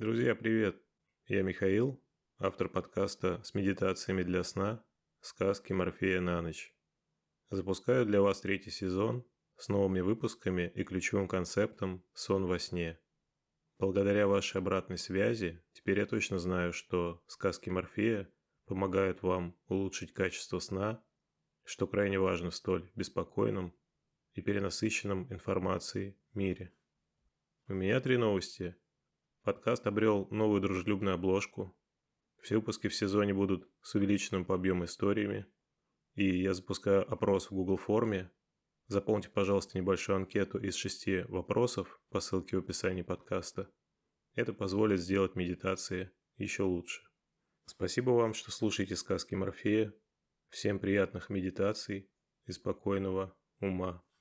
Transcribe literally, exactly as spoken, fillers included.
Друзья, привет! Я Михаил, автор подкаста с медитациями для сна «Сказки Морфея на ночь». Запускаю для вас третий сезон с новыми выпусками и ключевым концептом «Сон во сне». Благодаря вашей обратной связи теперь я точно знаю, что сказки Морфея помогают вам улучшить качество сна, что крайне важно в столь беспокойном и перенасыщенном информацией мире. У меня три новости. Подкаст обрел новую дружелюбную обложку. Все выпуски в сезоне будут с увеличенным по объему историями. И я запускаю опрос в Google форме. Заполните, пожалуйста, небольшую анкету из шести вопросов по ссылке в описании подкаста. Это позволит сделать медитации еще лучше. Спасибо вам, что слушаете сказки Морфея. Всем приятных медитаций и спокойного ума.